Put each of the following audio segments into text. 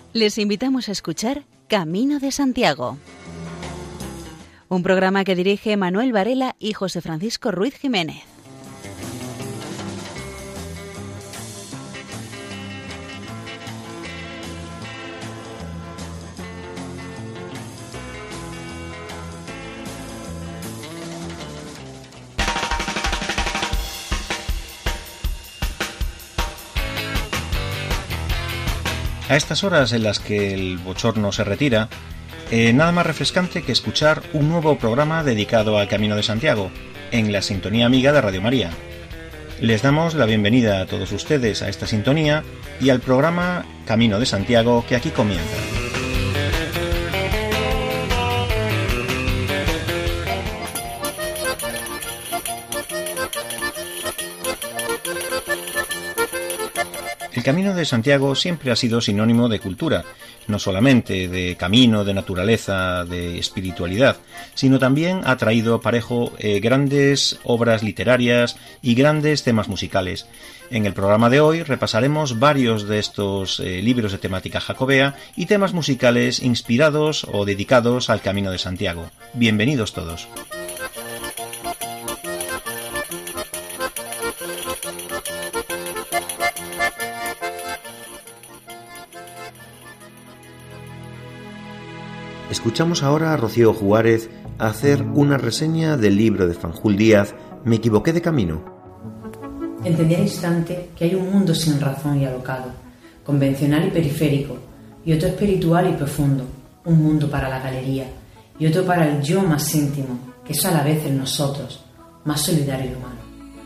Les invitamos a escuchar Camino de Santiago, un programa que dirige Manuel Varela y José Francisco Ruiz Jiménez. A estas horas en las que el bochorno se retira, nada más refrescante que escuchar un nuevo programa dedicado al Camino de Santiago, en la sintonía amiga de Radio María. Les damos la bienvenida a todos ustedes a esta sintonía y al programa Camino de Santiago que aquí comienza. El Camino de Santiago siempre ha sido sinónimo de cultura, no solamente de camino, de naturaleza, de espiritualidad, sino también ha traído parejo grandes obras literarias y grandes temas musicales. En el programa de hoy repasaremos varios de estos libros de temática jacobea y temas musicales inspirados o dedicados al Camino de Santiago. Bienvenidos todos. Escuchamos ahora a Rocío Juárez hacer una reseña del libro de Fanjul Díaz, Me equivoqué de camino. Entendí al instante que hay un mundo sin razón y alocado, convencional y periférico, y otro espiritual y profundo, un mundo para la galería, y otro para el yo más íntimo, que es a la vez el nosotros, más solidario y humano.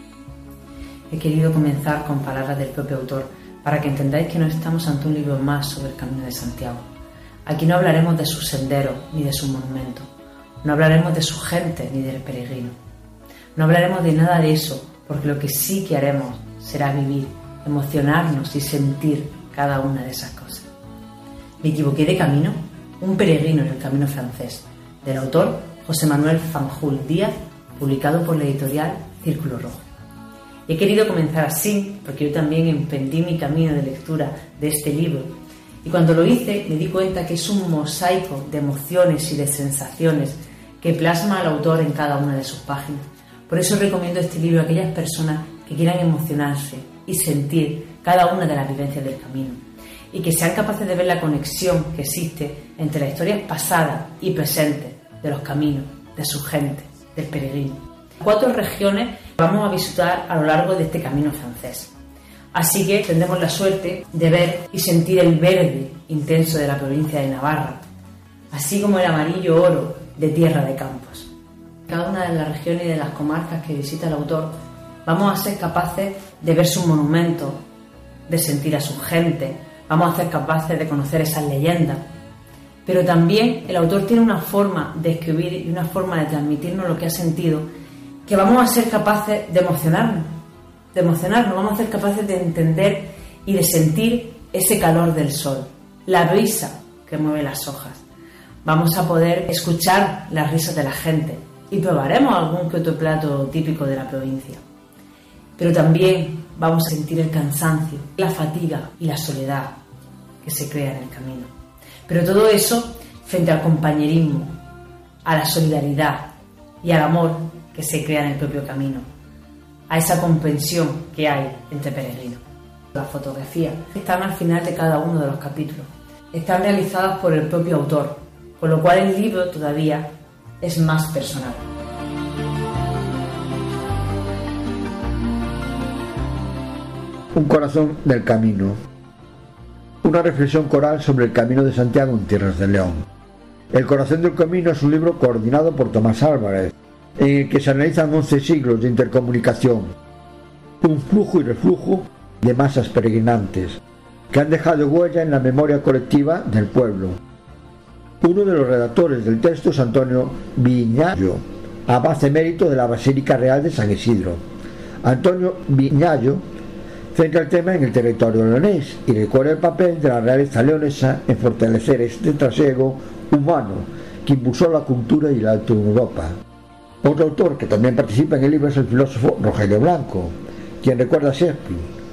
He querido comenzar con palabras del propio autor, para que entendáis que no estamos ante un libro más sobre el Camino de Santiago. Aquí no hablaremos de sus senderos ni de sus monumentos, no hablaremos de su gente ni del peregrino. No hablaremos de nada de eso, porque lo que sí que haremos será vivir, emocionarnos y sentir cada una de esas cosas. Me equivoqué de camino, un peregrino en el camino francés, del autor José Manuel Fanjul Díaz, publicado por la editorial Círculo Rojo. Y he querido comenzar así, porque yo también emprendí mi camino de lectura de este libro. Y cuando lo hice me di cuenta que es un mosaico de emociones y de sensaciones que plasma al autor en cada una de sus páginas. Por eso recomiendo este libro a aquellas personas que quieran emocionarse y sentir cada una de las vivencias del camino y que sean capaces de ver la conexión que existe entre las historias pasadas y presentes de los caminos, de su gente, del peregrino. 4 regiones vamos a visitar a lo largo de este camino francés. Así que tendremos la suerte de ver y sentir el verde intenso de la provincia de Navarra, así como el amarillo oro de Tierra de Campos. Cada una de las regiones y de las comarcas que visita el autor vamos a ser capaces de ver sus monumentos, de sentir a su gente, vamos a ser capaces de conocer esas leyendas. Pero también el autor tiene una forma de escribir y una forma de transmitirnos lo que ha sentido, que vamos a ser capaces de emocionarnos, vamos a ser capaces de entender y de sentir ese calor del sol, la brisa que mueve las hojas. Vamos a poder escuchar las risas de la gente y probaremos algún que otro plato típico de la provincia. Pero también vamos a sentir el cansancio, la fatiga y la soledad que se crea en el camino. Pero todo eso frente al compañerismo, a la solidaridad y al amor que se crea en el propio camino, a esa comprensión que hay entre peregrinos. Las fotografías están al final de cada uno de los capítulos. Están realizadas por el propio autor, con lo cual el libro todavía es más personal. Un corazón del camino. Una reflexión coral sobre el Camino de Santiago en Tierras de León. El corazón del camino es un libro coordinado por Tomás Álvarez, en el que se analizan 11 siglos de intercomunicación, un flujo y reflujo de masas peregrinantes que han dejado huella en la memoria colectiva del pueblo. Uno de los redactores del texto es Antonio Viñallo, abad emérito de la Basílica Real de San Isidro. Antonio Viñallo centra el tema en el territorio leonés y recuerda el papel de la realeza leonesa en fortalecer este trasiego humano que impulsó la cultura y el arte en Europa. Otro autor que también participa en el libro es el filósofo Rogelio Blanco, quien recuerda a Shakespeare.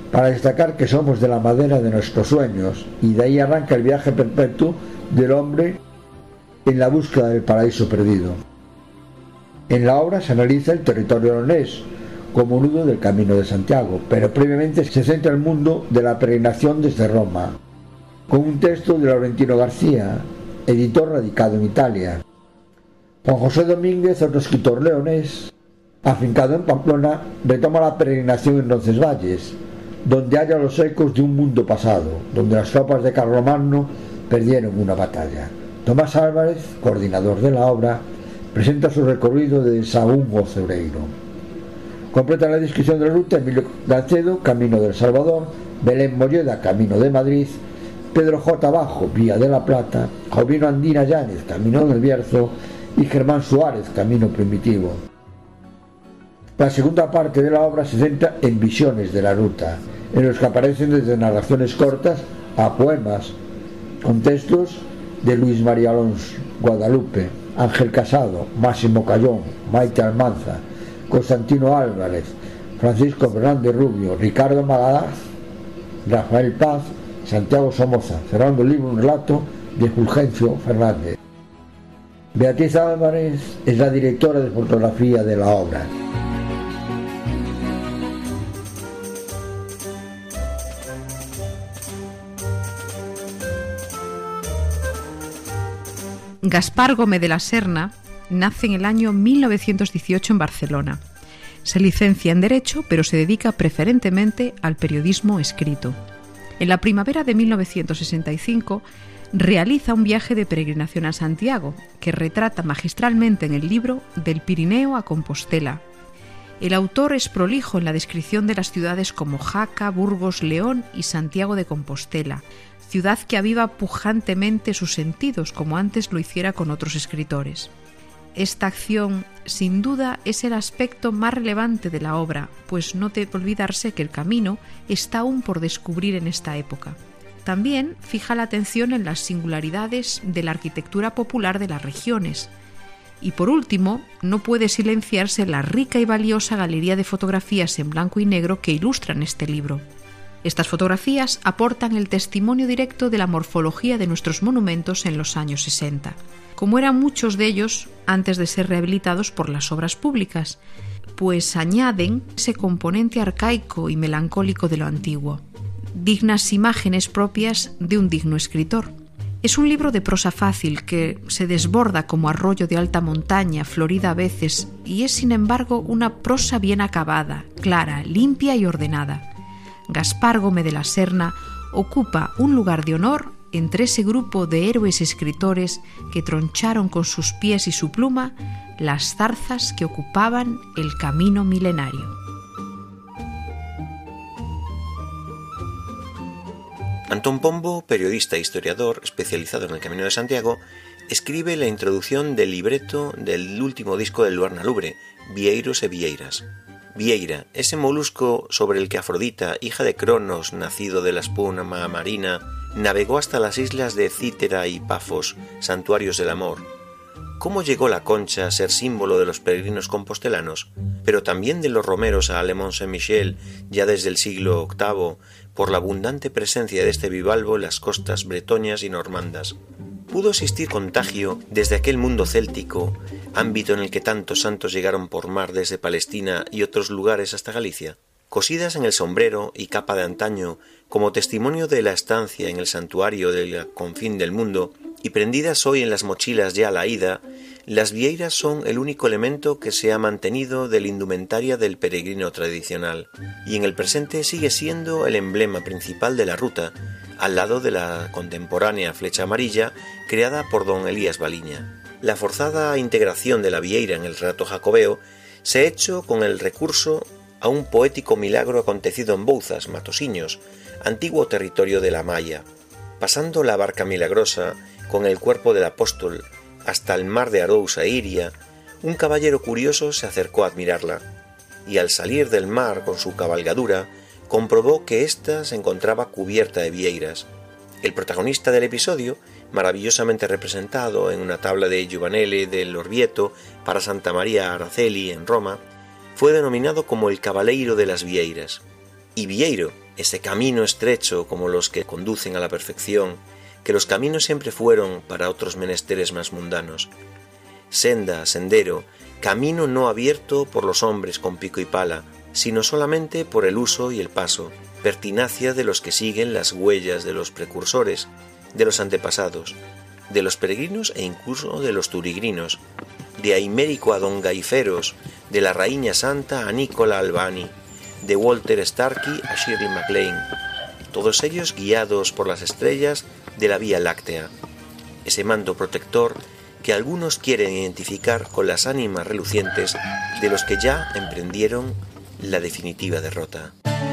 para destacar que somos de la madera de nuestros sueños, y de ahí arranca el viaje perpetuo del hombre en la búsqueda del paraíso perdido. En la obra se analiza el territorio leonés como nudo del Camino de Santiago, pero previamente se centra el mundo de la peregrinación desde Roma, con un texto de Laurentino García, editor radicado en Italia. Juan José Domínguez, otro escritor leonés, afincado en Pamplona, retoma la peregrinación en Roncesvalles, donde halla los ecos de un mundo pasado, donde las tropas de Carlomagno perdieron una batalla. Tomás Álvarez, coordinador de la obra, presenta su recorrido de Sahagún a Cebreiro. Completa la descripción de la ruta Emilio Gancedo, Camino del Salvador, Belén Molleda, Camino de Madrid, Pedro J. Bajo, Vía de la Plata, Jovino Andina Yáñez, Camino del Bierzo, y Germán Suárez, Camino Primitivo. La segunda parte de la obra se centra en visiones de la ruta, en los que aparecen desde narraciones cortas a poemas, con textos de Luis María Alonso Guadalupe, Ángel Casado, Máximo Cayón, Maite Almanza, Constantino Álvarez, Francisco Fernández Rubio, Ricardo Magalhães, Rafael Paz, Santiago Somoza, cerrando el libro un relato de Fulgencio Fernández. Beatriz Álvarez es la directora de fotografía de la obra. Gaspar Gómez de la Serna nace en el año 1918 en Barcelona. Se licencia en Derecho, pero se dedica preferentemente al periodismo escrito. En la primavera de 1965 realiza un viaje de peregrinación a Santiago, que retrata magistralmente en el libro Del Pirineo a Compostela. El autor es prolijo en la descripción de las ciudades como Jaca, Burgos, León y Santiago de Compostela, ciudad que aviva pujantemente sus sentidos, como antes lo hiciera con otros escritores. Esta acción, sin duda, es el aspecto más relevante de la obra, pues no debe olvidarse que el camino está aún por descubrir en esta época. También fija la atención en las singularidades de la arquitectura popular de las regiones. Y por último, no puede silenciarse la rica y valiosa galería de fotografías en blanco y negro que ilustran este libro. Estas fotografías aportan el testimonio directo de la morfología de nuestros monumentos en los años 60, como eran muchos de ellos antes de ser rehabilitados por las obras públicas, pues añaden ese componente arcaico y melancólico de lo antiguo, dignas imágenes propias de un digno escritor. Es un libro de prosa fácil que se desborda como arroyo de alta montaña, florida a veces, y es sin embargo una prosa bien acabada, clara, limpia y ordenada. Gaspar Gómez de la Serna ocupa un lugar de honor entre ese grupo de héroes escritores que troncharon con sus pies y su pluma las zarzas que ocupaban el camino milenario. Antón Pombo, periodista e historiador especializado en el Camino de Santiago, escribe la introducción del libreto del último disco de Luarna Lubre, Vieiros e Vieiras. Vieira, ese molusco sobre el que Afrodita, hija de Cronos, nacido de la espuma marina, navegó hasta las islas de Cítera y Pafos, santuarios del amor. ¿Cómo llegó la concha a ser símbolo de los peregrinos compostelanos, pero también de los romeros a Le Mont Saint-Michel ya desde el siglo VIII, por la abundante presencia de este bivalvo en las costas bretoñas y normandas? ¿Pudo existir contagio desde aquel mundo céltico, ámbito en el que tantos santos llegaron por mar desde Palestina y otros lugares hasta Galicia? Cosidas en el sombrero y capa de antaño, como testimonio de la estancia en el santuario del confín del mundo, y prendidas hoy en las mochilas ya a la ida, las vieiras son el único elemento que se ha mantenido de la indumentaria del peregrino tradicional, y en el presente sigue siendo el emblema principal de la ruta, al lado de la contemporánea flecha amarilla creada por don Elías Baliña. La forzada integración de la vieira en el relato jacobeo se ha hecho con el recurso a un poético milagro acontecido en Bouzas, Matosiños, antiguo territorio de la Maya. Pasando la barca milagrosa con el cuerpo del apóstol hasta el mar de Arousa e Iria, un caballero curioso se acercó a admirarla, y al salir del mar con su cabalgadura, comprobó que ésta se encontraba cubierta de vieiras. El protagonista del episodio, maravillosamente representado en una tabla de Giovanelli del Orvieto para Santa María Araceli en Roma, fue denominado como el Cabaleiro de las Vieiras. Y vieiro, ese camino estrecho como los que conducen a la perfección, que los caminos siempre fueron para otros menesteres más mundanos. Senda, sendero, camino no abierto por los hombres con pico y pala, sino solamente por el uso y el paso, pertinacia de los que siguen las huellas de los precursores, de los antepasados, de los peregrinos e incluso de los turigrinos, de Aimérico a Don Gaiferos, de la Raíña Santa a Nicola Albani, de Walter Starkey a Shirley MacLaine, todos ellos guiados por las estrellas de la Vía Láctea, ese manto protector que algunos quieren identificar con las ánimas relucientes de los que ya emprendieron la definitiva derrota.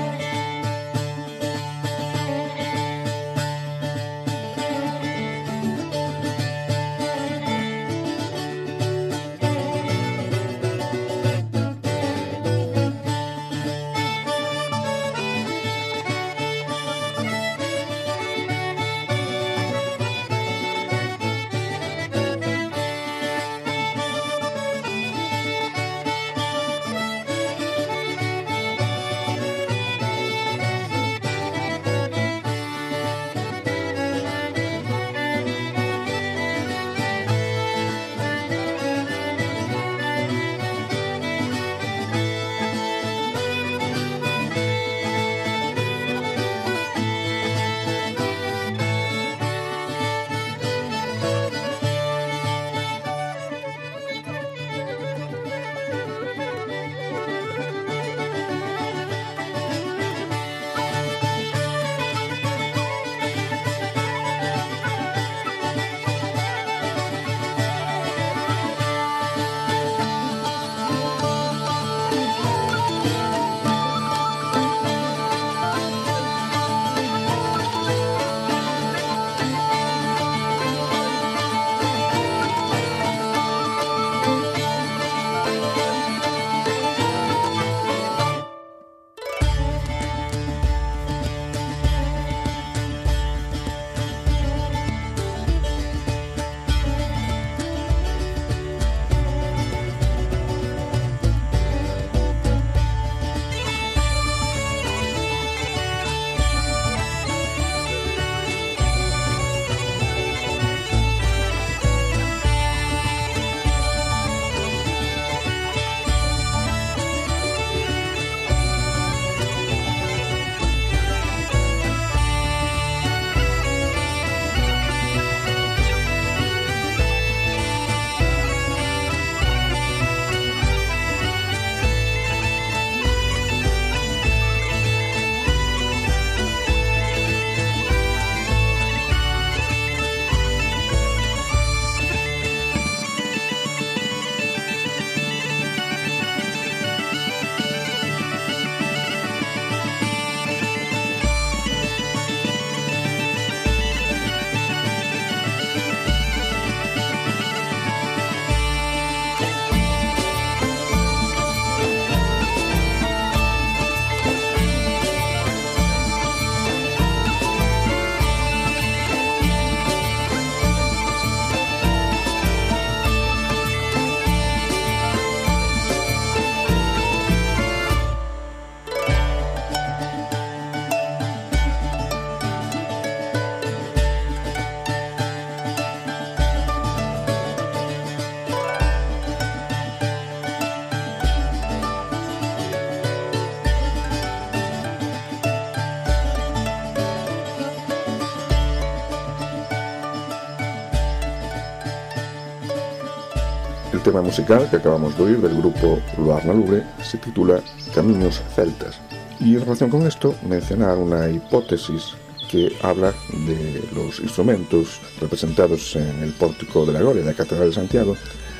El tema musical que acabamos de oír del grupo Loarna Lubre se titula Caminos Celtas. Y en relación con esto, mencionar una hipótesis que habla de los instrumentos representados en el pórtico de la Gloria de la Catedral de Santiago,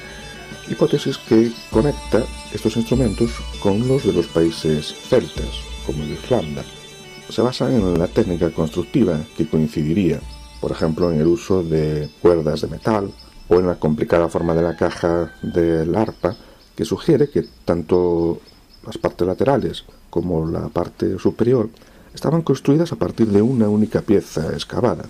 hipótesis que conecta estos instrumentos con los de los países celtas, como Irlanda. Se basan en la técnica constructiva que coincidiría, por ejemplo, en el uso de cuerdas de metal o en la complicada forma de la caja del arpa, que sugiere que tanto las partes laterales como la parte superior estaban construidas a partir de una única pieza excavada.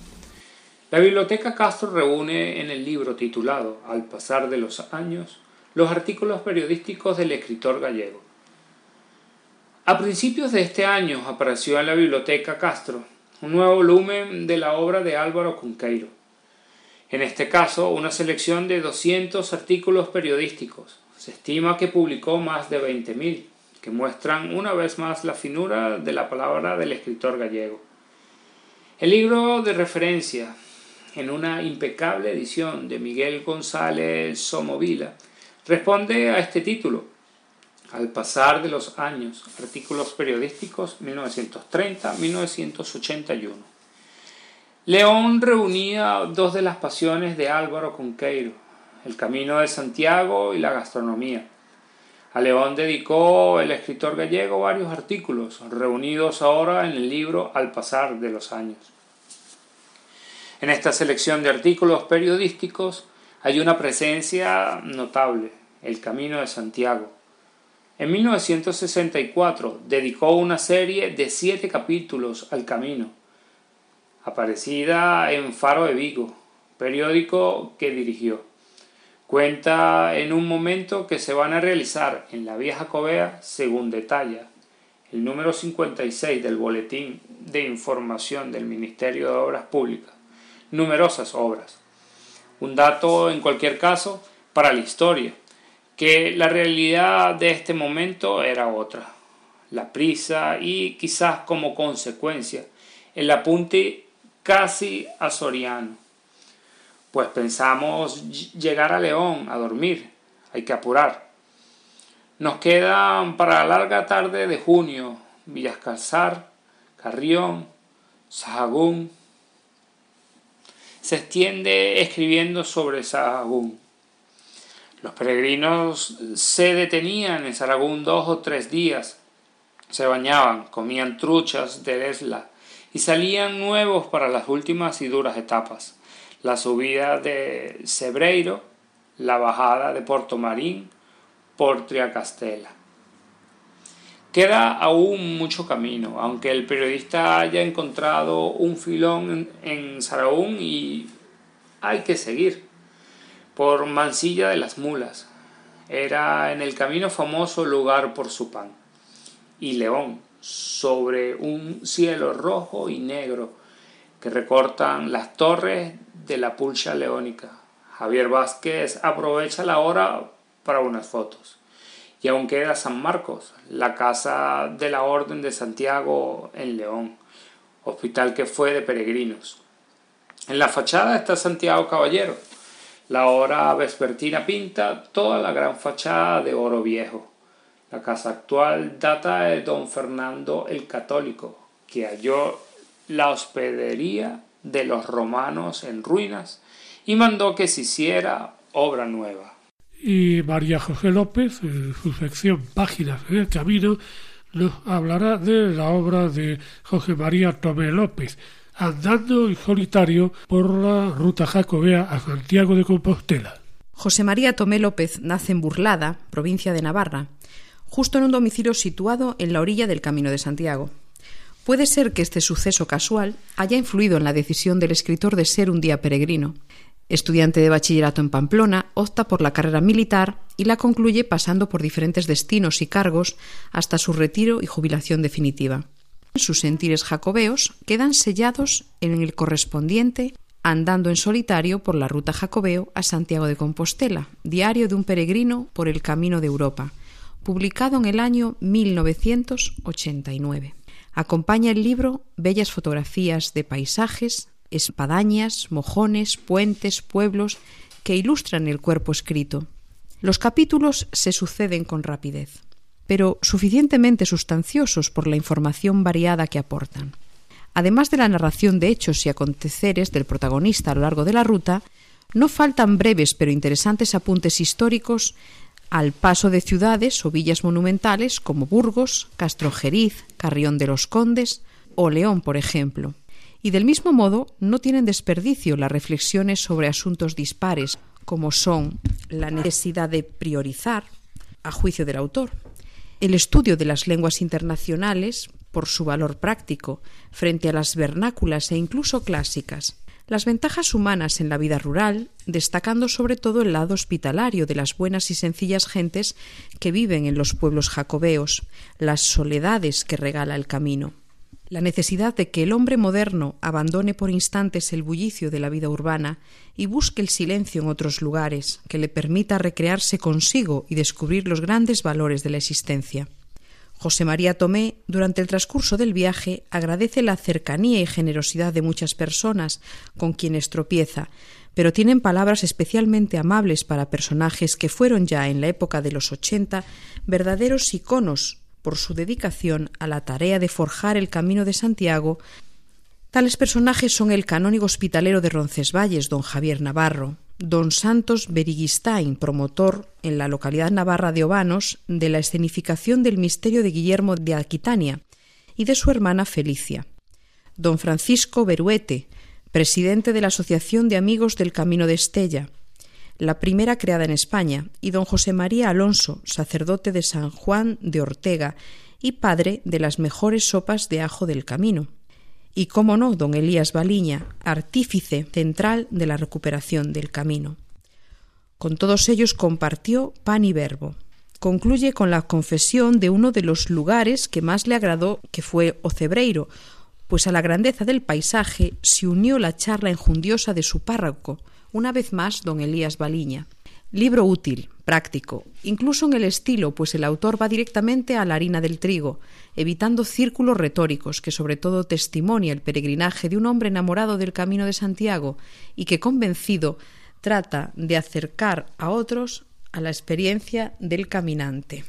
La Biblioteca Castro reúne en el libro titulado Al pasar de los años los artículos periodísticos del escritor gallego. A principios de este año apareció en la Biblioteca Castro un nuevo volumen de la obra de Álvaro Cunqueiro. En este caso, una selección de 200 artículos periodísticos. Se estima que publicó más de 20.000, que muestran una vez más la finura de la palabra del escritor gallego. El libro de referencia, en una impecable edición de Miguel González Somovila, responde a este título: Al pasar de los años, artículos periodísticos 1930-1981. León reunía dos de las pasiones de Álvaro Cunqueiro, el Camino de Santiago y la gastronomía. A León dedicó el escritor gallego varios artículos, reunidos ahora en el libro Al pasar de los años. En esta selección de artículos periodísticos hay una presencia notable: el Camino de Santiago. En 1964 dedicó una serie de 7 capítulos al Camino, aparecida en Faro de Vigo, periódico que dirigió. Cuenta en un momento que se van a realizar en la Vía Jacobea, según detalla el número 56 del Boletín de Información del Ministerio de Obras Públicas, numerosas obras. Un dato, en cualquier caso, para la historia, que la realidad de este momento era otra. La prisa y, quizás como consecuencia, el apunte casi azoriano. Pues pensamos llegar a León a dormir, hay que apurar. Nos quedan para la larga tarde de junio Villascalzar, Carrión, Sahagún. Se extiende escribiendo sobre Sahagún. Los peregrinos se detenían en Sahagún 2 o 3 días, se bañaban, comían truchas de Esla y salían nuevos para las últimas y duras etapas: la subida de Cebreiro, la bajada de Portomarín, por Triacastela. Queda aún mucho camino, aunque el periodista haya encontrado un filón en Sahagún, y hay que seguir por Mansilla de las Mulas. Era en el camino famoso lugar por su pan. Y León, sobre un cielo rojo y negro que recortan las torres de la Pulcha Leónica. Javier Vázquez aprovecha la hora para unas fotos. Y aún queda San Marcos, la casa de la Orden de Santiago en León, hospital que fue de peregrinos. En la fachada está Santiago Caballero. La hora vespertina pinta toda la gran fachada de oro viejo. La casa actual data de don Fernando el Católico, que halló la hospedería de los romanos en ruinas y mandó que se hiciera obra nueva. Y María José López, en su sección Páginas en el Camino, nos hablará de la obra de José María Tomé López, Andando en solitario por la ruta jacobea a Santiago de Compostela. José María Tomé López nace en Burlada, provincia de Navarra, justo en un domicilio situado en la orilla del Camino de Santiago. Puede ser que este suceso casual haya influido en la decisión del escritor de ser un día peregrino. Estudiante de bachillerato en Pamplona, opta por la carrera militar y la concluye pasando por diferentes destinos y cargos hasta su retiro y jubilación definitiva. Sus sentires jacobeos quedan sellados en el correspondiente Andando en solitario por la ruta jacobeo a Santiago de Compostela, diario de un peregrino por el camino de Europa, publicado en el año 1989. Acompaña el libro bellas fotografías de paisajes, espadañas, mojones, puentes, pueblos que ilustran el cuerpo escrito. Los capítulos se suceden con rapidez, pero suficientemente sustanciosos por la información variada que aportan. Además de la narración de hechos y aconteceres del protagonista a lo largo de la ruta, no faltan breves pero interesantes apuntes históricos al paso de ciudades o villas monumentales como Burgos, Castrojeriz, Carrión de los Condes o León, por ejemplo. Y del mismo modo no tienen desperdicio las reflexiones sobre asuntos dispares, como son la necesidad de priorizar, a juicio del autor, el estudio de las lenguas internacionales por su valor práctico frente a las vernáculas e incluso clásicas, las ventajas humanas en la vida rural, destacando sobre todo el lado hospitalario de las buenas y sencillas gentes que viven en los pueblos jacobeos, las soledades que regala el camino, la necesidad de que el hombre moderno abandone por instantes el bullicio de la vida urbana y busque el silencio en otros lugares, que le permita recrearse consigo y descubrir los grandes valores de la existencia. José María Tomé, durante el transcurso del viaje, agradece la cercanía y generosidad de muchas personas con quienes tropieza, pero tienen palabras especialmente amables para personajes que fueron ya en la época de los 80 verdaderos iconos por su dedicación a la tarea de forjar el Camino de Santiago. Tales personajes son el canónigo hospitalero de Roncesvalles, don Javier Navarro, don Santos Beriguistain, promotor en la localidad navarra de Obanos de la escenificación del misterio de Guillermo de Aquitania y de su hermana Felicia, don Francisco Beruete, presidente de la Asociación de Amigos del Camino de Estella, la primera creada en España, y don José María Alonso, sacerdote de San Juan de Ortega y padre de las mejores sopas de ajo del camino. Y, cómo no, don Elías Baliña, artífice central de la recuperación del camino. Con todos ellos compartió pan y verbo. Concluye con la confesión de uno de los lugares que más le agradó, que fue Ocebreiro, pues a la grandeza del paisaje se unió la charla enjundiosa de su párroco, una vez más don Elías Baliña. Libro útil, práctico, incluso en el estilo, pues el autor va directamente a la harina del trigo, evitando círculos retóricos que sobre todo testimonia el peregrinaje de un hombre enamorado del Camino de Santiago y que, convencido, trata de acercar a otros a la experiencia del caminante.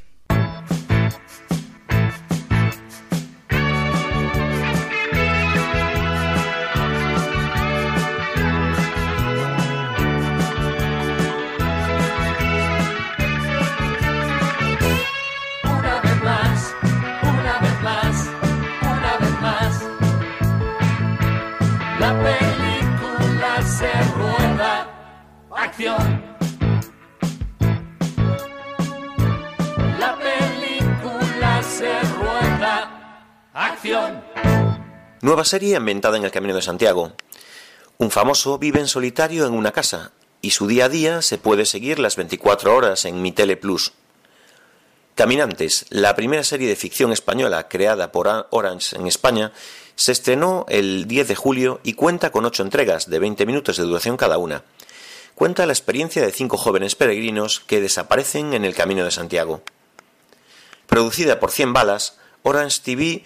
La película se rueda. Acción. Nueva serie ambientada en el Camino de Santiago. Un famoso vive en solitario en una casa y su día a día se puede seguir las 24 horas en Mi Tele Plus. Caminantes, la primera serie de ficción española creada por Orange en España, se estrenó el 10 de julio y cuenta con 8 entregas de 20 minutos de duración cada una. Cuenta la experiencia de 5 jóvenes peregrinos que desaparecen en el Camino de Santiago. Producida por 100 Balas, Orange TV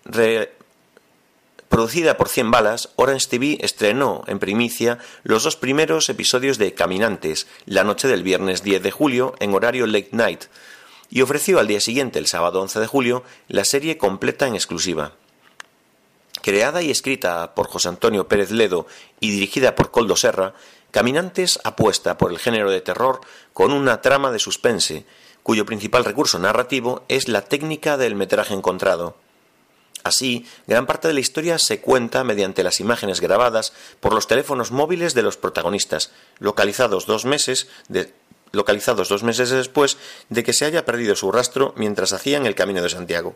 estrenó en primicia los 2 primeros episodios de Caminantes, la noche del viernes 10 de julio en horario late night, y ofreció al día siguiente, el sábado 11 de julio, la serie completa en exclusiva. Creada y escrita por José Antonio Pérez Ledo y dirigida por Koldo Serra, Caminantes apuesta por el género de terror con una trama de suspense, cuyo principal recurso narrativo es la técnica del metraje encontrado. Así, gran parte de la historia se cuenta mediante las imágenes grabadas por los teléfonos móviles de los protagonistas, localizados 2 meses después de que se haya perdido su rastro mientras hacían el Camino de Santiago.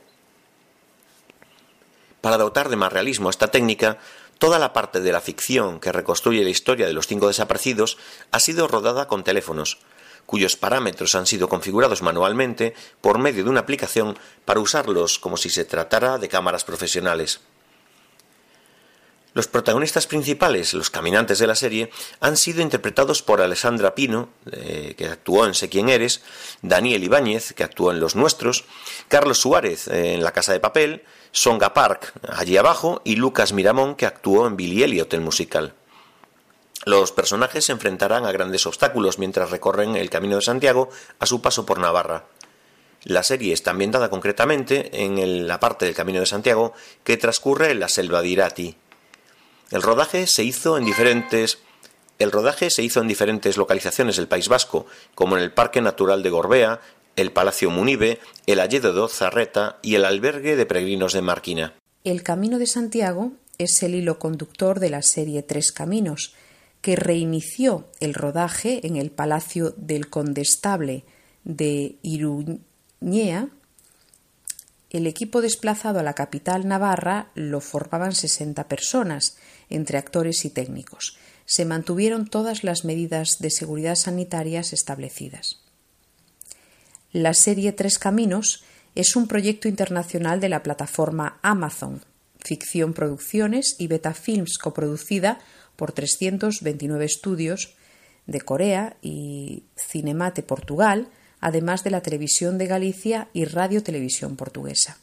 Para dotar de más realismo a esta técnica, toda la parte de la ficción que reconstruye la historia de los 5 desaparecidos ha sido rodada con teléfonos, cuyos parámetros han sido configurados manualmente por medio de una aplicación para usarlos como si se tratara de cámaras profesionales. Los protagonistas principales, los caminantes de la serie, han sido interpretados por Alessandra Pino, que actuó en Sé quién eres, Daniel Ibáñez, que actuó en Los Nuestros, Carlos Suárez en La Casa de Papel, Songa Park, Allí abajo, y Lucas Miramón, que actuó en Billy Elliot, el musical. Los personajes se enfrentarán a grandes obstáculos mientras recorren el Camino de Santiago a su paso por Navarra. La serie está ambientada concretamente en la parte del Camino de Santiago que transcurre en la selva de Irati. El rodaje se hizo en diferentes localizaciones del País Vasco, como en el Parque Natural de Gorbea, el Palacio Munibe, el Alledo de Ozarreta y el Albergue de Peregrinos de Marquina. El Camino de Santiago es el hilo conductor de la serie Tres Caminos, que reinició el rodaje en el Palacio del Condestable de Iruñea El equipo desplazado a la capital navarra lo formaban 60 personas, entre actores y técnicos. Se mantuvieron todas las medidas de seguridad sanitarias establecidas. La serie Tres Caminos es un proyecto internacional de la plataforma Amazon, Ficción Producciones y Betafilms, coproducida por 329 estudios de Corea y Cinemate Portugal, además de la Televisión de Galicia y Radio Televisión Portuguesa.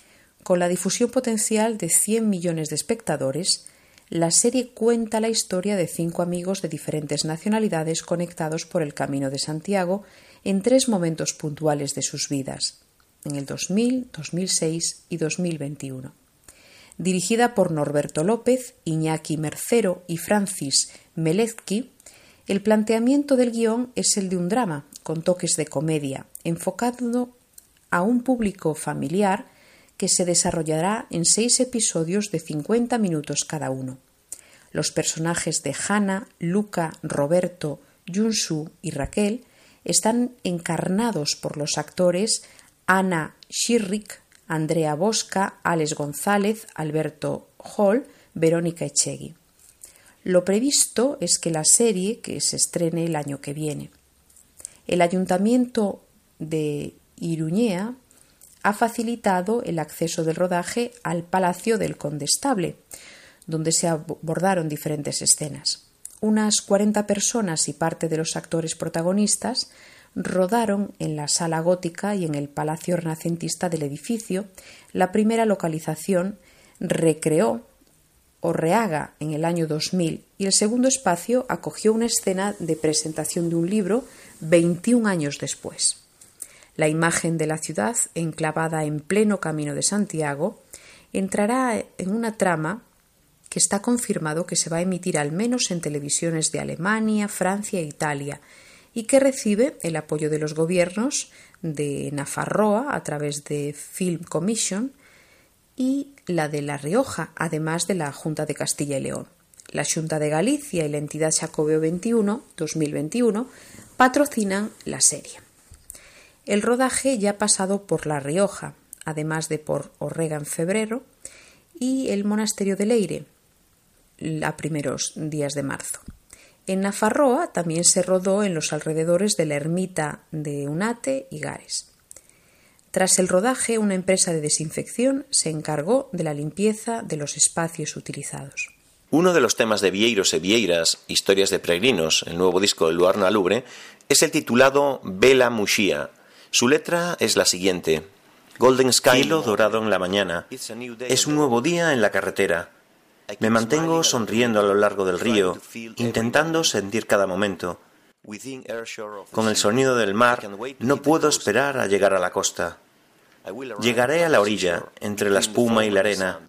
Con la difusión potencial de 100 millones de espectadores, la serie cuenta la historia de 5 amigos de diferentes nacionalidades conectados por el Camino de Santiago en 3 momentos puntuales de sus vidas, en el 2000, 2006 y 2021. Dirigida por Norberto López, Iñaki Mercero y Francis Melezki, el planteamiento del guión es el de un drama, con toques de comedia, enfocado a un público familiar que se desarrollará en 6 episodios de 50 minutos cada uno. Los personajes de Hannah, Luca, Roberto, Junsu y Raquel están encarnados por los actores Ana Schirrick, Andrea Bosca, Alex González, Alberto Hall, Verónica Echegui. Lo previsto es que la serie que se estrene el año que viene. El Ayuntamiento de Iruñea ha facilitado el acceso del rodaje al Palacio del Condestable, donde se abordaron diferentes escenas. Unas 40 personas y parte de los actores protagonistas rodaron en la Sala Gótica y en el Palacio Renacentista del edificio. La primera localización recreó Orreaga en el año 2000 y el segundo espacio acogió una escena de presentación de un libro 21 años después. La imagen de la ciudad, enclavada en pleno Camino de Santiago, entrará en una trama que está confirmado que se va a emitir al menos en televisiones de Alemania, Francia e Italia y que recibe el apoyo de los gobiernos de Nafarroa a través de Film Commission y la de La Rioja, además de la Junta de Castilla y León. La Xunta de Galicia y la entidad Xacobeo 2021 patrocinan la serie. El rodaje ya ha pasado por La Rioja, además de por Orrega en febrero y el Monasterio de Leire a primeros días de marzo. En Nafarroa también se rodó en los alrededores de la ermita de Unate y Gares. Tras el rodaje, una empresa de desinfección se encargó de la limpieza de los espacios utilizados. Uno de los temas de Vieiros e Vieiras, Historias de Peregrinos, el nuevo disco de Luarna Lubre, es el titulado Vela Muxía. Su letra es la siguiente: Golden Sky, cielo dorado en la mañana. Es un nuevo día en la carretera. Me mantengo sonriendo a lo largo del río, intentando sentir cada momento. Con el sonido del mar, no puedo esperar a llegar a la costa. Llegaré a la orilla, entre la espuma y la arena,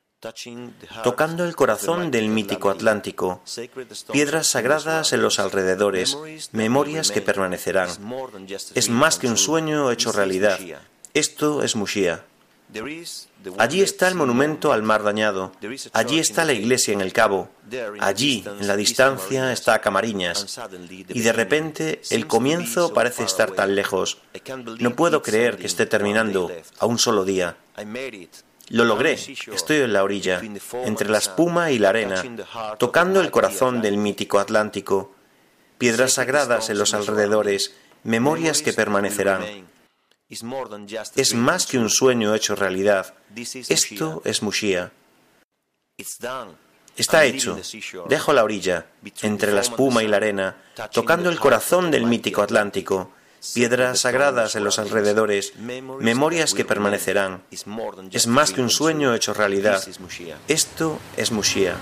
tocando el corazón del mítico Atlántico, piedras sagradas en los alrededores, memorias que permanecerán. Es más que un sueño hecho realidad. Esto es Muxía. Allí está el monumento al mar dañado, allí está la iglesia en el cabo, allí, en la distancia, está Camariñas, y de repente el comienzo parece estar tan lejos. No puedo creer que esté terminando a un solo día. Lo logré, estoy en la orilla, entre la espuma y la arena, tocando el corazón del mítico Atlántico, piedras sagradas en los alrededores, memorias que permanecerán. Es más que un sueño hecho realidad. Esto es Muxía. Está hecho. Dejo la orilla, entre la espuma y la arena, tocando el corazón del mítico Atlántico, piedras sagradas en los alrededores, memorias que permanecerán. Es más que un sueño hecho realidad. Esto es Muxía.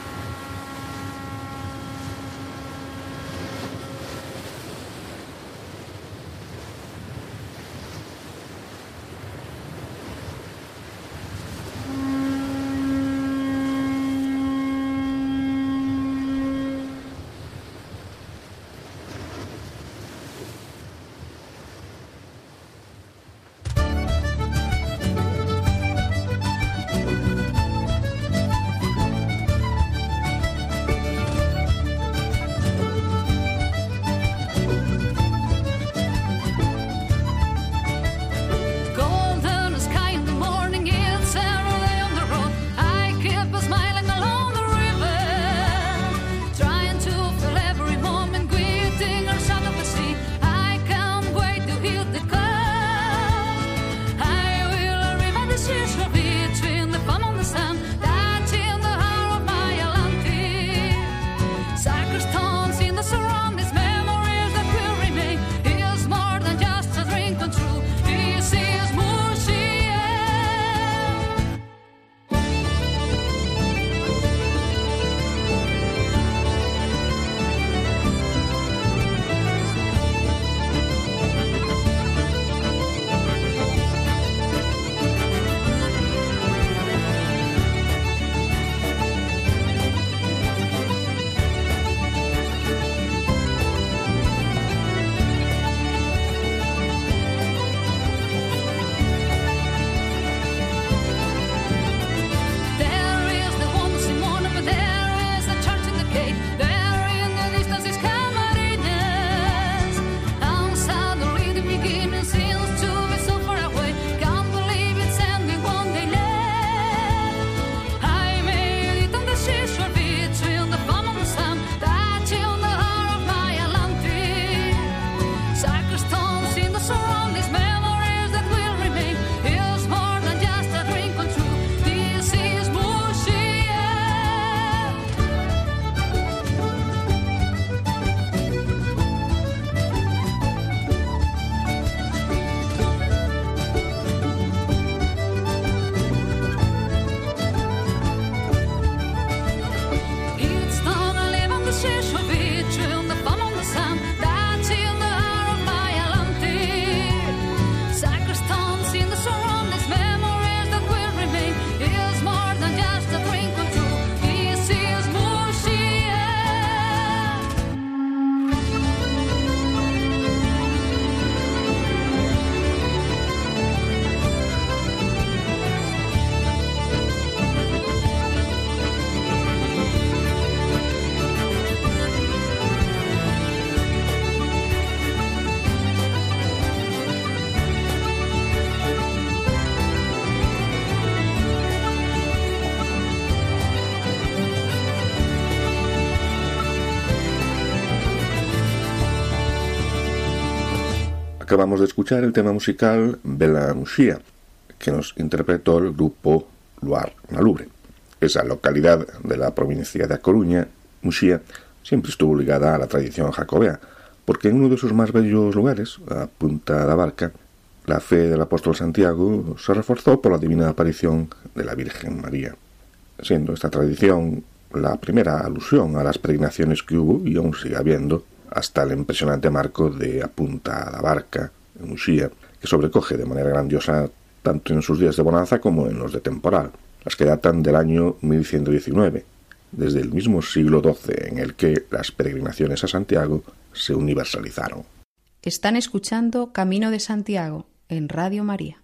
Acabamos de escuchar el tema musical Bela Muxía, que nos interpretó el grupo Luar na Lubre. Esa localidad de la provincia de A Coruña, Muxía, siempre estuvo ligada a la tradición jacobea, porque en uno de sus más bellos lugares, a Punta da Barca, la fe del apóstol Santiago se reforzó por la divina aparición de la Virgen María, siendo esta tradición la primera alusión a las peregrinaciones que hubo y aún sigue habiendo hasta el impresionante marco de A Punta da Barca, en Muxía, que sobrecoge de manera grandiosa tanto en sus días de bonanza como en los de temporal, las que datan del año 1119, desde el mismo siglo XII en el que las peregrinaciones a Santiago se universalizaron. Están escuchando Camino de Santiago en Radio María.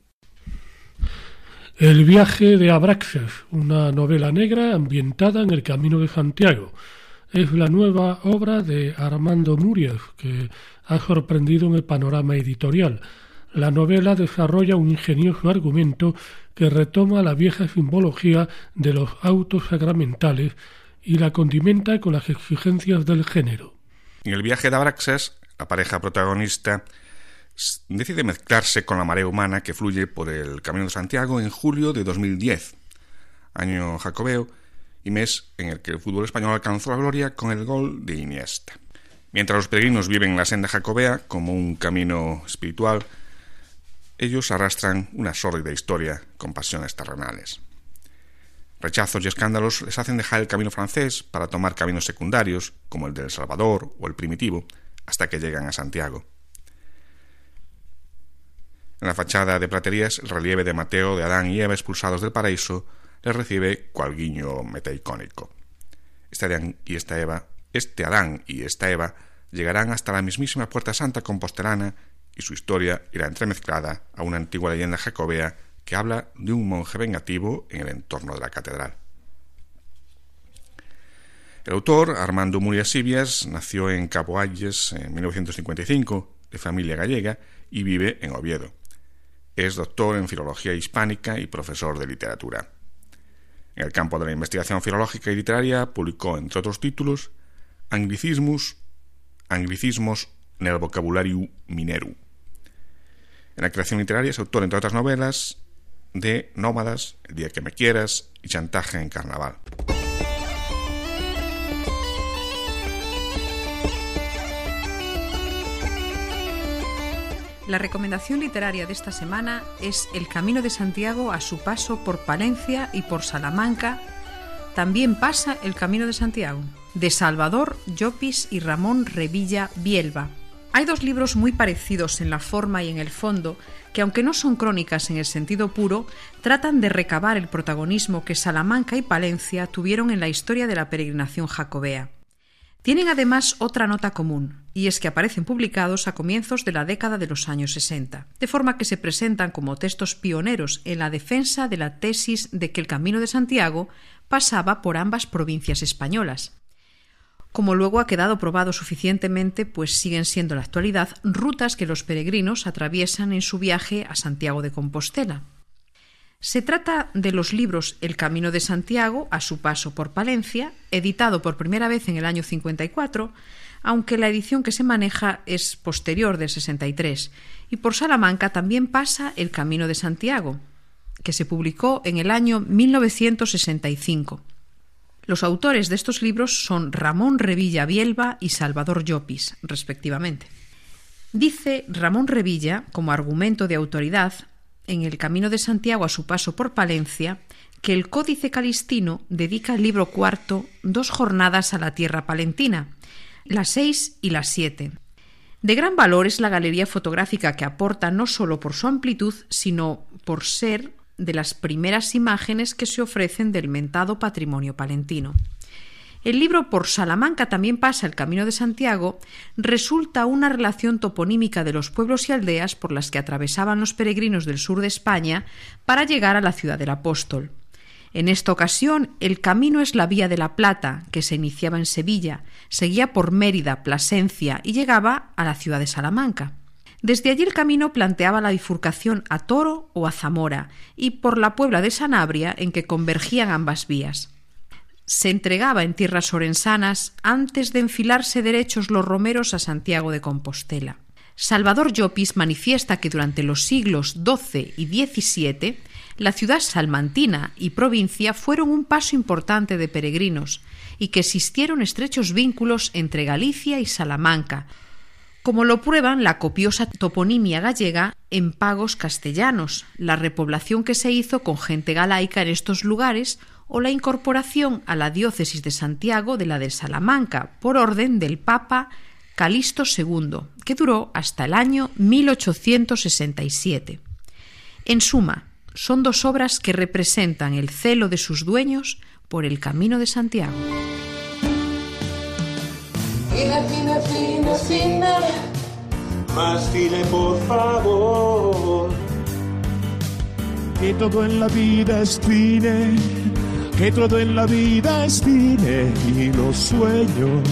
El viaje de Abraxas, una novela negra ambientada en el Camino de Santiago. Es la nueva obra de Armando Murias, que ha sorprendido en el panorama editorial. La novela desarrolla un ingenioso argumento que retoma la vieja simbología de los autos sacramentales y la condimenta con las exigencias del género. En el viaje de Abraxas, la pareja protagonista decide mezclarse con la marea humana que fluye por el Camino de Santiago en julio de 2010, año jacobeo y mes en el que el fútbol español alcanzó la gloria con el gol de Iniesta. Mientras los peregrinos viven la senda jacobea como un camino espiritual, ellos arrastran una sórdida historia con pasiones terrenales. Rechazos y escándalos les hacen dejar el camino francés para tomar caminos secundarios, como el del Salvador o el primitivo, hasta que llegan a Santiago. En la fachada de platerías, el relieve de Mateo de Adán y Eva expulsados del paraíso les recibe cual guiño metaicónico. Este Adán y esta Eva llegarán hasta la mismísima Puerta Santa compostelana y su historia irá entremezclada a una antigua leyenda jacobea que habla de un monje vengativo en el entorno de la catedral. El autor, Armando Murias Ibias, nació en Cabo Ayes en 1955, de familia gallega, y vive en Oviedo. Es doctor en Filología Hispánica y profesor de literatura. En el campo de la investigación filológica y literaria publicó, entre otros títulos, Anglicismos nel vocabulariu mineru. En la creación literaria es autor, entre otras novelas, de Nómadas, El día que me quieras y Chantaje en carnaval. La recomendación literaria de esta semana es El Camino de Santiago a su paso por Palencia y por Salamanca. También pasa el Camino de Santiago, de Salvador Llopis y Ramón Revilla Bielba. Hay dos libros muy parecidos en la forma y en el fondo, que aunque no son crónicas en el sentido puro, tratan de recabar el protagonismo que Salamanca y Palencia tuvieron en la historia de la peregrinación jacobea. Tienen además otra nota común, y es que aparecen publicados a comienzos de la década de los años 60, de forma que se presentan como textos pioneros en la defensa de la tesis de que el Camino de Santiago pasaba por ambas provincias españolas. Como luego ha quedado probado suficientemente, pues siguen siendo en la actualidad rutas que los peregrinos atraviesan en su viaje a Santiago de Compostela. Se trata de los libros El Camino de Santiago a su paso por Palencia, editado por primera vez en el año 54, aunque la edición que se maneja es posterior del 63, y por Salamanca también pasa El Camino de Santiago, que se publicó en el año 1965. Los autores de estos libros son Ramón Revilla Bielba y Salvador Llopis, respectivamente. Dice Ramón Revilla, como argumento de autoridad, en El Camino de Santiago a su paso por Palencia, que el Códice Calistino dedica al libro cuarto 2 jornadas a la tierra palentina, las 6 y las 7. De gran valor es la galería fotográfica que aporta no solo por su amplitud, sino por ser de las primeras imágenes que se ofrecen del mentado patrimonio palentino. El libro Por Salamanca también pasa el Camino de Santiago resulta una relación toponímica de los pueblos y aldeas por las que atravesaban los peregrinos del sur de España para llegar a la ciudad del apóstol. En esta ocasión, el camino es la Vía de la Plata, que se iniciaba en Sevilla, seguía por Mérida, Plasencia y llegaba a la ciudad de Salamanca. Desde allí el camino planteaba la bifurcación a Toro o a Zamora y por la Puebla de Sanabria, en que convergían ambas vías. Se entregaba en tierras orensanas antes de enfilarse derechos los romeros a Santiago de Compostela. Salvador Llopis manifiesta que durante los siglos XII y XVII la ciudad salmantina y provincia fueron un paso importante de peregrinos y que existieron estrechos vínculos entre Galicia y Salamanca, como lo prueban la copiosa toponimia gallega en pagos castellanos, la repoblación que se hizo con gente galaica en estos lugares o la incorporación a la diócesis de Santiago de la de Salamanca por orden del Papa Calixto II, que duró hasta el año 1867. En suma, son dos obras que representan el celo de sus dueños por el Camino de Santiago. Cine, cine, cine, cine, más cine, por favor. Que todo en la vida es cine, que todo en la vida es cine y los sueños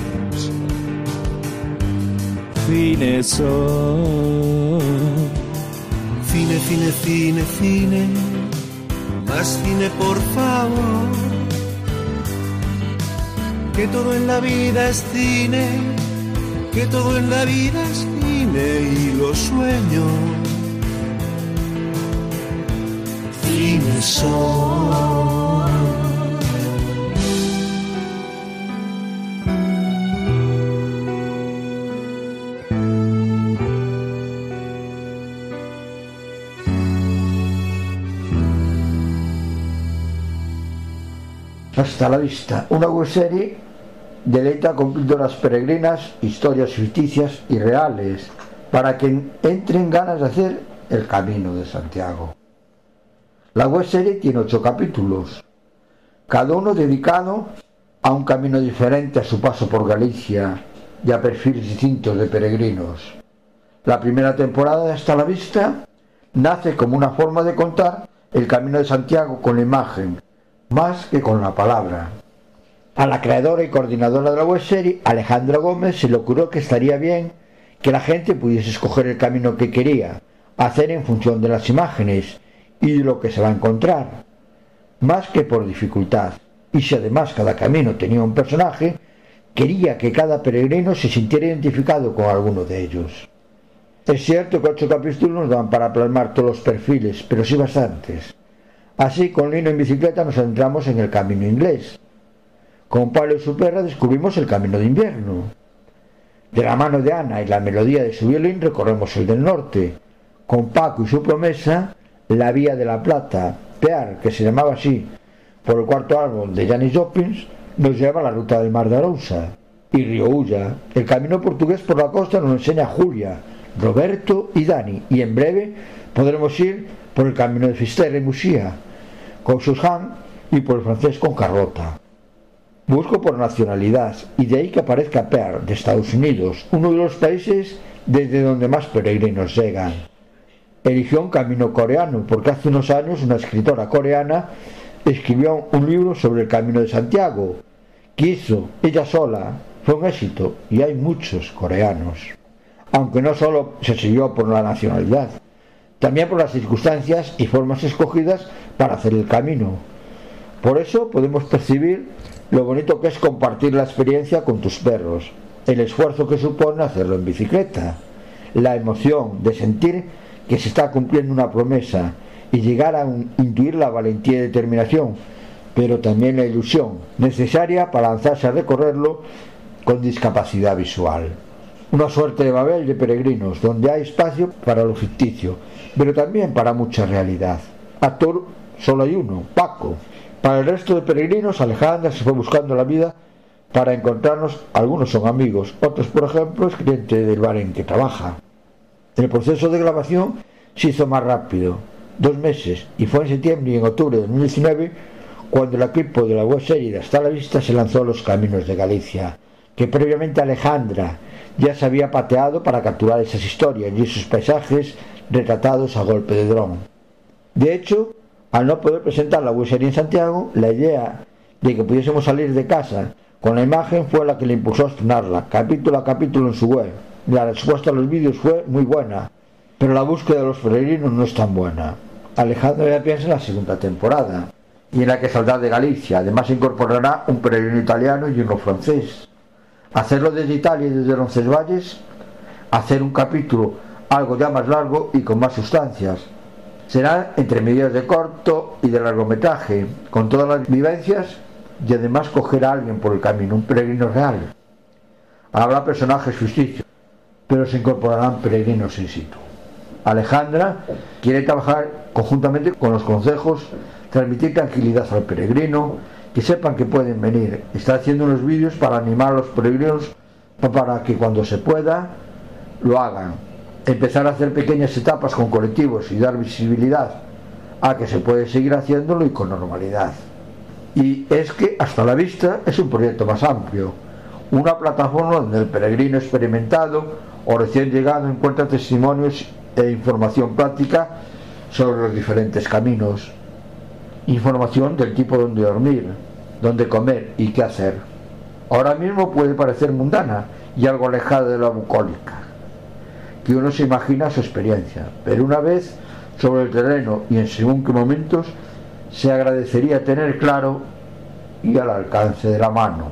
cine son. Cine, cine, cine, cine, más cine, por favor. Que todo en la vida es cine, que todo en la vida es cine y los sueños cine son. Hasta la vista, una webserie deleita con píldoras peregrinas, historias ficticias y reales, para que entren ganas de hacer el Camino de Santiago. La webserie tiene 8 capítulos, cada uno dedicado a un camino diferente a su paso por Galicia y a perfiles distintos de peregrinos. La primera temporada de Hasta la vista nace como una forma de contar el Camino de Santiago con la imagen, más que con la palabra. A la creadora y coordinadora de la webserie, Alejandra Gómez, se le ocurrió que estaría bien que la gente pudiese escoger el camino que quería, hacer en función de las imágenes y de lo que se va a encontrar, más que por dificultad. Y si además cada camino tenía un personaje, quería que cada peregrino se sintiera identificado con alguno de ellos. Es cierto que 8 capítulos no dan para plasmar todos los perfiles, pero sí bastantes. Así, con Lino en bicicleta nos centramos en el camino inglés. Con Pablo y su perra descubrimos el camino de invierno. De la mano de Ana y la melodía de su violín recorremos el del norte. Con Paco y su promesa, la Vía de la Plata, Pear, que se llamaba así, por el cuarto álbum de Janis Joplin, nos lleva a la ruta del Mar de Arousa. Y Río Ulla, el camino portugués por la costa, nos enseña Julia, Roberto y Dani, y en breve podremos ir por el camino de Fisterra y Musía, con Susan, y por el francés con Carlota. Busco por nacionalidad, y de ahí que aparezca Pearl, de Estados Unidos, uno de los países desde donde más peregrinos llegan. Eligió un camino coreano, porque hace unos años una escritora coreana escribió un libro sobre el Camino de Santiago, que hizo ella sola, fue un éxito, y hay muchos coreanos. Aunque no solo se siguió por la nacionalidad, también por las circunstancias y formas escogidas para hacer el camino. Por eso podemos percibir lo bonito que es compartir la experiencia con tus perros, el esfuerzo que supone hacerlo en bicicleta, la emoción de sentir que se está cumpliendo una promesa y llegar a intuir la valentía y determinación, pero también la ilusión necesaria para lanzarse a recorrerlo con discapacidad visual. Una suerte de Babel de peregrinos, donde hay espacio para lo ficticio, pero también para mucha realidad. Actor solo hay uno, Paco. Para el resto de peregrinos, Alejandra se fue buscando la vida para encontrarnos. Algunos son amigos, otros, por ejemplo, es cliente del bar en que trabaja. El proceso de grabación se hizo más rápido, 2 meses, y fue en septiembre y en octubre de 2019 cuando el equipo de la webserie de Hasta la Vista se lanzó a los caminos de Galicia, que previamente Alejandra ya se había pateado para capturar esas historias y esos paisajes retratados a golpe de dron. De hecho, al no poder presentar la webserie en Santiago, la idea de que pudiésemos salir de casa con la imagen fue la que le impulsó a estrenarla, capítulo a capítulo en su web. La respuesta a los vídeos fue muy buena, pero la búsqueda de los peregrinos no es tan buena. Alejandro ya piensa en la segunda temporada, y en la que saldrá de Galicia. Además incorporará un peregrino italiano y uno francés. Hacerlo desde Italia y desde Roncesvalles hacer un capítulo algo ya más largo y con más sustancias. Será entre medidas de corto y de largometraje, con todas las vivencias, y además coger a alguien por el camino, un peregrino real. Habrá personajes ficticios, pero se incorporarán peregrinos in situ. Alejandra quiere trabajar conjuntamente con los concejos, transmitir tranquilidad al peregrino, que sepan que pueden venir. Está haciendo unos vídeos para animar a los peregrinos para que cuando se pueda lo hagan. Empezar a hacer pequeñas etapas con colectivos y dar visibilidad a que se puede seguir haciéndolo y con normalidad. Y es que Hasta la Vista es un proyecto más amplio, una plataforma donde el peregrino experimentado o recién llegado encuentra testimonios e información práctica sobre los diferentes caminos, información del tipo donde dormir, dónde comer y qué hacer. Ahora mismo puede parecer mundana y algo alejada de la bucólica, que uno se imagina su experiencia, pero una vez sobre el terreno y en según qué momentos se agradecería tener claro y al alcance de la mano.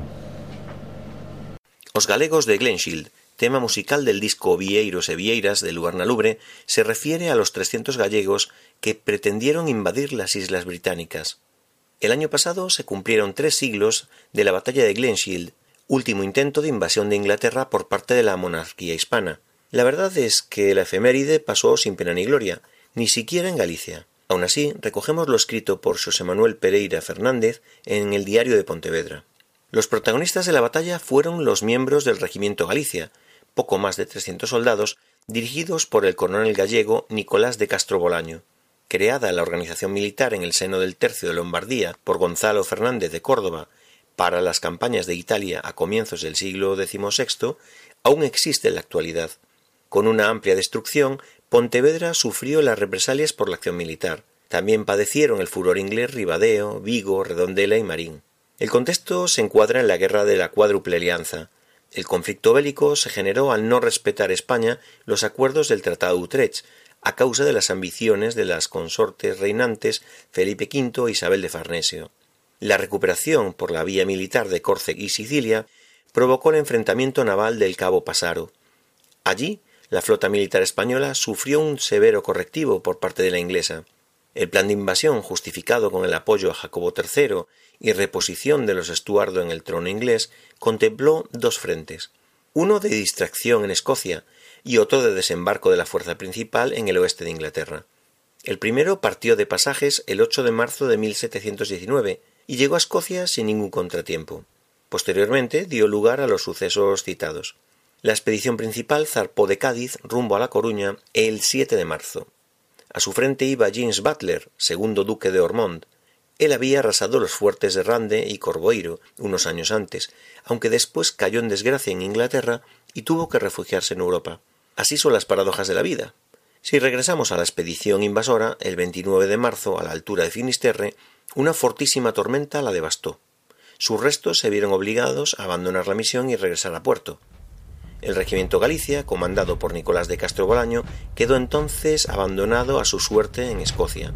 Os Galegos de Glenshield, tema musical del disco Vieiros e Vieiras de Luarna Lubre, se refiere a los 300 gallegos que pretendieron invadir las Islas Británicas. El año pasado se cumplieron 3 siglos de la batalla de Glenshield, último intento de invasión de Inglaterra por parte de la monarquía hispana. La verdad es que la efeméride pasó sin pena ni gloria, ni siquiera en Galicia. Aún así, recogemos lo escrito por Xosé Manuel Pereira Fernández en el Diario de Pontevedra. Los protagonistas de la batalla fueron los miembros del Regimiento Galicia, poco más de 300 soldados, dirigidos por el coronel gallego Nicolás de Castro Bolaño. Creada la organización militar en el seno del Tercio de Lombardía por Gonzalo Fernández de Córdoba para las campañas de Italia a comienzos del siglo XVI, aún existe en la actualidad. Con una amplia destrucción, Pontevedra sufrió las represalias por la acción militar. También padecieron el furor inglés Ribadeo, Vigo, Redondela y Marín. El contexto se encuadra en la Guerra de la Cuádruple Alianza. El conflicto bélico se generó al no respetar España los acuerdos del Tratado de Utrecht, a causa de las ambiciones de las consortes reinantes Felipe V e Isabel de Farnesio. La recuperación por la vía militar de Córcega y Sicilia provocó el enfrentamiento naval del Cabo Passaro. Allí, la flota militar española sufrió un severo correctivo por parte de la inglesa. El plan de invasión, justificado con el apoyo a Jacobo III y reposición de los Estuardo en el trono inglés, contempló 2 frentes, uno de distracción en Escocia y otro de desembarco de la fuerza principal en el oeste de Inglaterra. El primero partió de Pasajes el 8 de marzo de 1719 y llegó a Escocia sin ningún contratiempo. Posteriormente dio lugar a los sucesos citados. La expedición principal zarpó de Cádiz rumbo a La Coruña el 7 de marzo. A su frente iba James Butler, segundo duque de Ormond. Él había arrasado los fuertes de Rande y Corboiro unos años antes, aunque después cayó en desgracia en Inglaterra y tuvo que refugiarse en Europa. Así son las paradojas de la vida. Si regresamos a la expedición invasora, el 29 de marzo, a la altura de Finisterre, una fortísima tormenta la devastó. Sus restos se vieron obligados a abandonar la misión y regresar a puerto. El regimiento Galicia, comandado por Nicolás de Castro Bolaño, quedó entonces abandonado a su suerte en Escocia.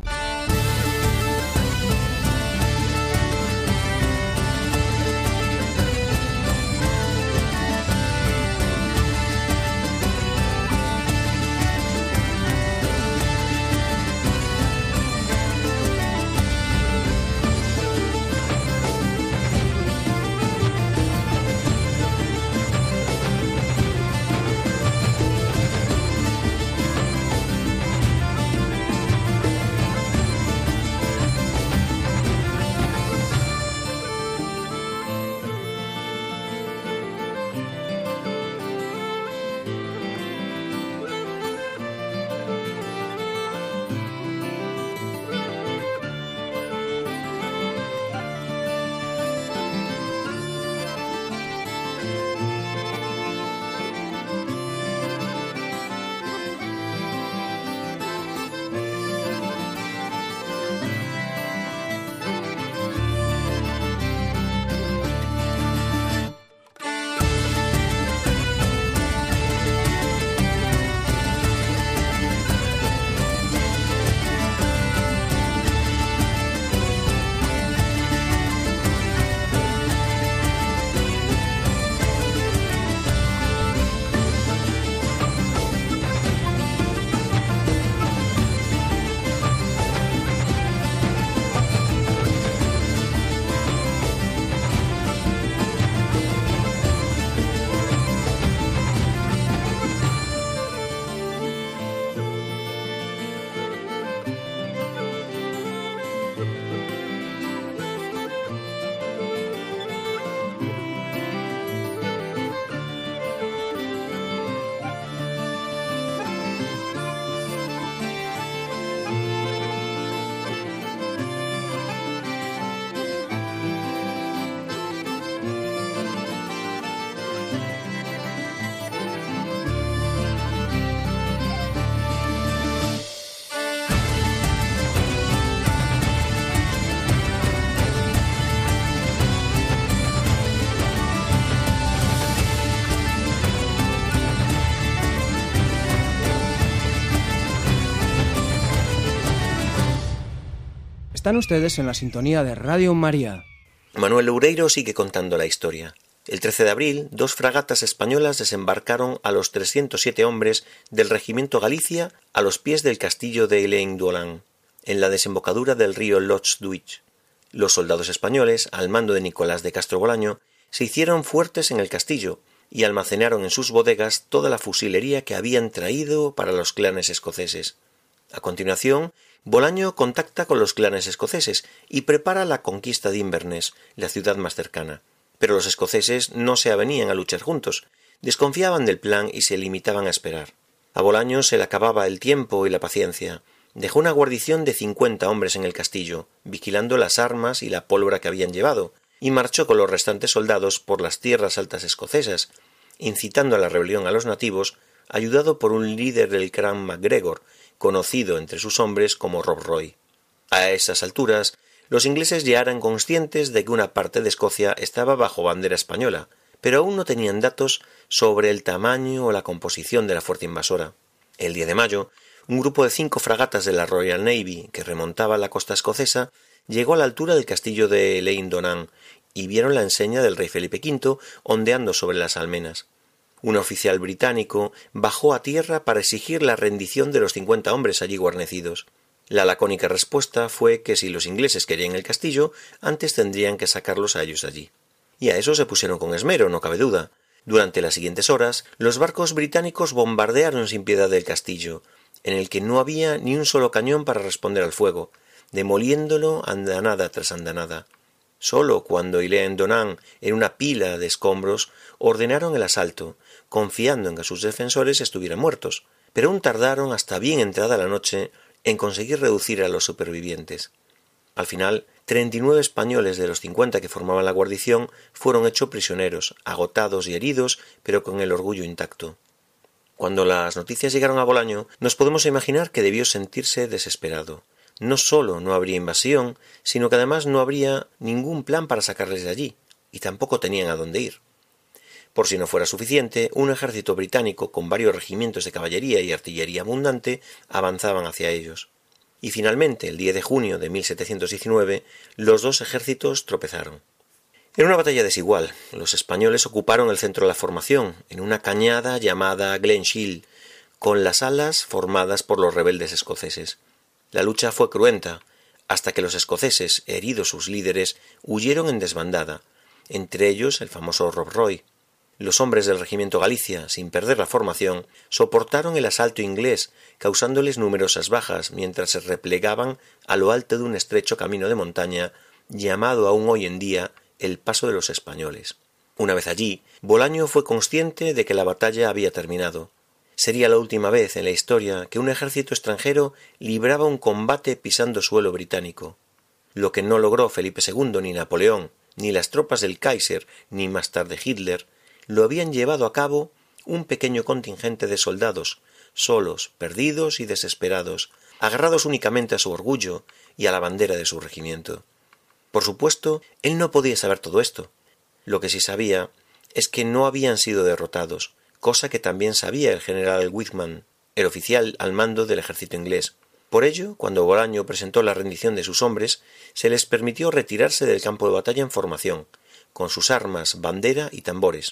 Están ustedes en la sintonía de Radio María. Manuel Loureiro sigue contando la historia. El 13 de abril, 2 fragatas españolas desembarcaron a los 307 hombres del regimiento Galicia a los pies del castillo de Elaine-Dolan, en la desembocadura del río Loch-Duich. Los soldados españoles, al mando de Nicolás de Castro Bolaño, se hicieron fuertes en el castillo y almacenaron en sus bodegas toda la fusilería que habían traído para los clanes escoceses. A continuación, Bolaño contacta con los clanes escoceses y prepara la conquista de Inverness, la ciudad más cercana. Pero los escoceses no se avenían a luchar juntos, desconfiaban del plan y se limitaban a esperar. A Bolaño se le acababa el tiempo y la paciencia. Dejó una guarnición de 50 hombres en el castillo, vigilando las armas y la pólvora que habían llevado, y marchó con los restantes soldados por las tierras altas escocesas, incitando a la rebelión a los nativos, ayudado por un líder del clan MacGregor, conocido entre sus hombres como Rob Roy. A esas alturas, los ingleses ya eran conscientes de que una parte de Escocia estaba bajo bandera española, pero aún no tenían datos sobre el tamaño o la composición de la fuerza invasora. El 10 de mayo, un grupo de 5 fragatas de la Royal Navy que remontaba la costa escocesa llegó a la altura del castillo de Elaine-Donan y vieron la enseña del rey Felipe V ondeando sobre las almenas. Un oficial británico bajó a tierra para exigir la rendición de los 50 hombres allí guarnecidos. La lacónica respuesta fue que si los ingleses querían el castillo, antes tendrían que sacarlos a ellos de allí. Y a eso se pusieron con esmero, no cabe duda. Durante las siguientes horas, los barcos británicos bombardearon sin piedad el castillo, en el que no había ni un solo cañón para responder al fuego, demoliéndolo andanada tras andanada. Solo cuando Elaine-Donan, en una pila de escombros, ordenaron el asalto, confiando en que sus defensores estuvieran muertos, pero aún tardaron hasta bien entrada la noche en conseguir reducir a los supervivientes. Al final, 39 españoles de los 50 que formaban la guarnición fueron hechos prisioneros, agotados y heridos, pero con el orgullo intacto. Cuando las noticias llegaron a Bolaño, nos podemos imaginar que debió sentirse desesperado. No solo no habría invasión, sino que además no habría ningún plan para sacarles de allí, y tampoco tenían a dónde ir. Por si no fuera suficiente, un ejército británico con varios regimientos de caballería y artillería abundante avanzaban hacia ellos. Y finalmente, el 10 de junio de 1719, los 2 ejércitos tropezaron. En una batalla desigual, los españoles ocuparon el centro de la formación, en una cañada llamada Glen Shield, con las alas formadas por los rebeldes escoceses. La lucha fue cruenta, hasta que los escoceses, heridos sus líderes, huyeron en desbandada, entre ellos el famoso Rob Roy. Los hombres del regimiento Galicia, sin perder la formación, soportaron el asalto inglés, causándoles numerosas bajas mientras se replegaban a lo alto de un estrecho camino de montaña, llamado aún hoy en día el Paso de los Españoles. Una vez allí, Bolaño fue consciente de que la batalla había terminado. Sería la última vez en la historia que un ejército extranjero libraba un combate pisando suelo británico. Lo que no logró Felipe II ni Napoleón, ni las tropas del Kaiser, ni más tarde Hitler, lo habían llevado a cabo un pequeño contingente de soldados, solos, perdidos y desesperados, agarrados únicamente a su orgullo y a la bandera de su regimiento. Por supuesto, él no podía saber todo esto. Lo que sí sabía es que no habían sido derrotados, cosa que también sabía el general Whitman, el oficial al mando del ejército inglés. Por ello, cuando Bolaño presentó la rendición de sus hombres, se les permitió retirarse del campo de batalla en formación, con sus armas, bandera y tambores.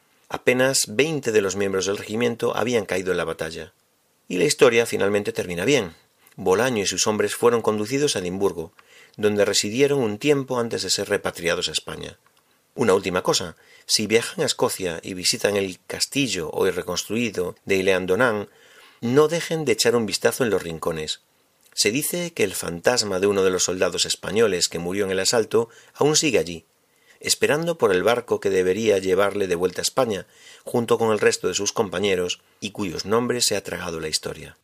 Apenas 20 de los miembros del regimiento habían caído en la batalla. Y la historia finalmente termina bien. Bolaño y sus hombres fueron conducidos a Edimburgo, donde residieron un tiempo antes de ser repatriados a España. Una última cosa, si viajan a Escocia y visitan el castillo hoy reconstruido de Elaine-Donan, no dejen de echar un vistazo en los rincones. Se dice que el fantasma de uno de los soldados españoles que murió en el asalto aún sigue allí, esperando por el barco que debería llevarle de vuelta a España, junto con el resto de sus compañeros, y cuyos nombres se ha tragado la historia.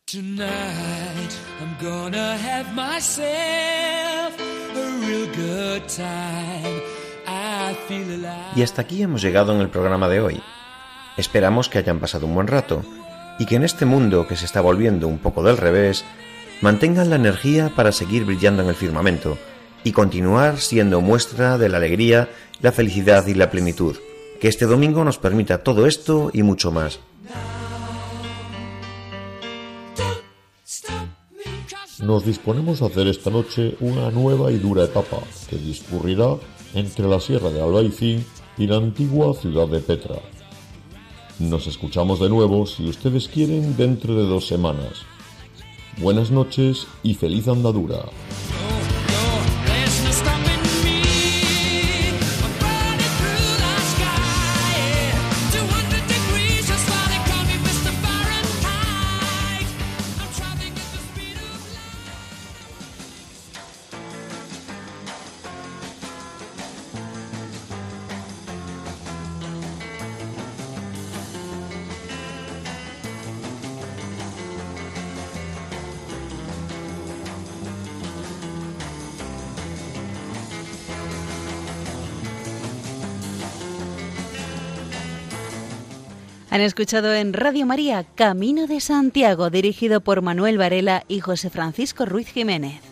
Y hasta aquí hemos llegado en el programa de hoy. Esperamos que hayan pasado un buen rato, y que en este mundo que se está volviendo un poco del revés, mantengan la energía para seguir brillando en el firmamento, y continuar siendo muestra de la alegría, la felicidad y la plenitud. Que este domingo nos permita todo esto y mucho más. nos disponemos a hacer esta noche una nueva y dura etapa que discurrirá entre la Sierra de Albaicín y la antigua ciudad de Petra. Nos escuchamos de nuevo, si ustedes quieren, dentro de 2 semanas. Buenas noches y feliz andadura. Han escuchado en Radio María Camino de Santiago, dirigido por Manuel Varela y José Francisco Ruiz Jiménez.